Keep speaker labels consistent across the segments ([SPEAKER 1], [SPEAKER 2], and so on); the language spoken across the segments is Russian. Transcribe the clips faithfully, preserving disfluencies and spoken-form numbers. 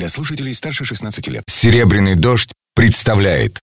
[SPEAKER 1] для слушателей старше шестнадцати лет. «Серебряный дождь» представляет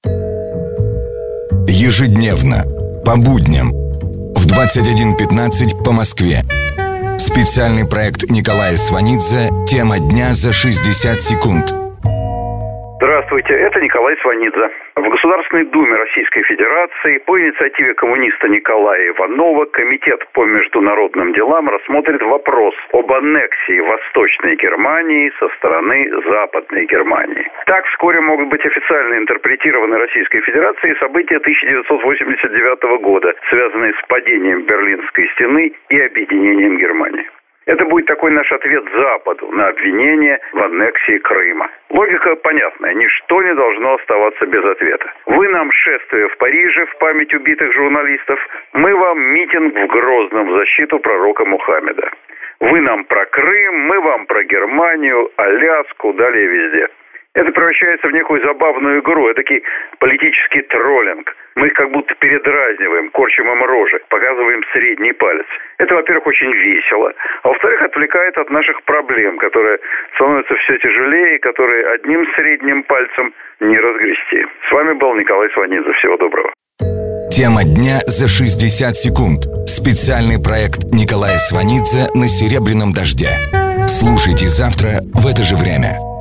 [SPEAKER 1] ежедневно, по будням, в двадцать один пятнадцать по Москве. Специальный проект Николая Сванидзе «Тема дня за шестьдесят секунд».
[SPEAKER 2] Здравствуйте, это Николай Сванидзе. В Государственной Думе Российской Федерации по инициативе коммуниста Николая Иванова Комитет по международным делам рассмотрит вопрос об аннексии Восточной Германии со стороны Западной Германии. Так вскоре могут быть официально интерпретированы Российской Федерацией события тысяча девятьсот восемьдесят девятого года, связанные с падением Берлинской стены и объединением Германии. Это будет такой наш ответ Западу на обвинение в аннексии Крыма. Логика понятная. Ничто не должно оставаться без ответа. Вы нам шествие в Париже в память убитых журналистов, мы вам митинг в Грозном в защиту пророка Мухаммеда. Вы нам про Крым, мы вам про Германию, Аляску, далее везде. Это превращается в некую забавную игру, этакий политический троллинг. Мы их как будто передразниваем, корчим им рожи, показываем средний палец. Это, во-первых, очень весело, а во-вторых, отвлекает от наших проблем, которые становятся все тяжелее, и которые одним средним пальцем не разгрести. С вами был Николай Сванидзе. Всего доброго.
[SPEAKER 1] Тема дня за шестьдесят секунд. Специальный проект Николая Сванидзе на «Серебряном дожде». Слушайте завтра в это же время.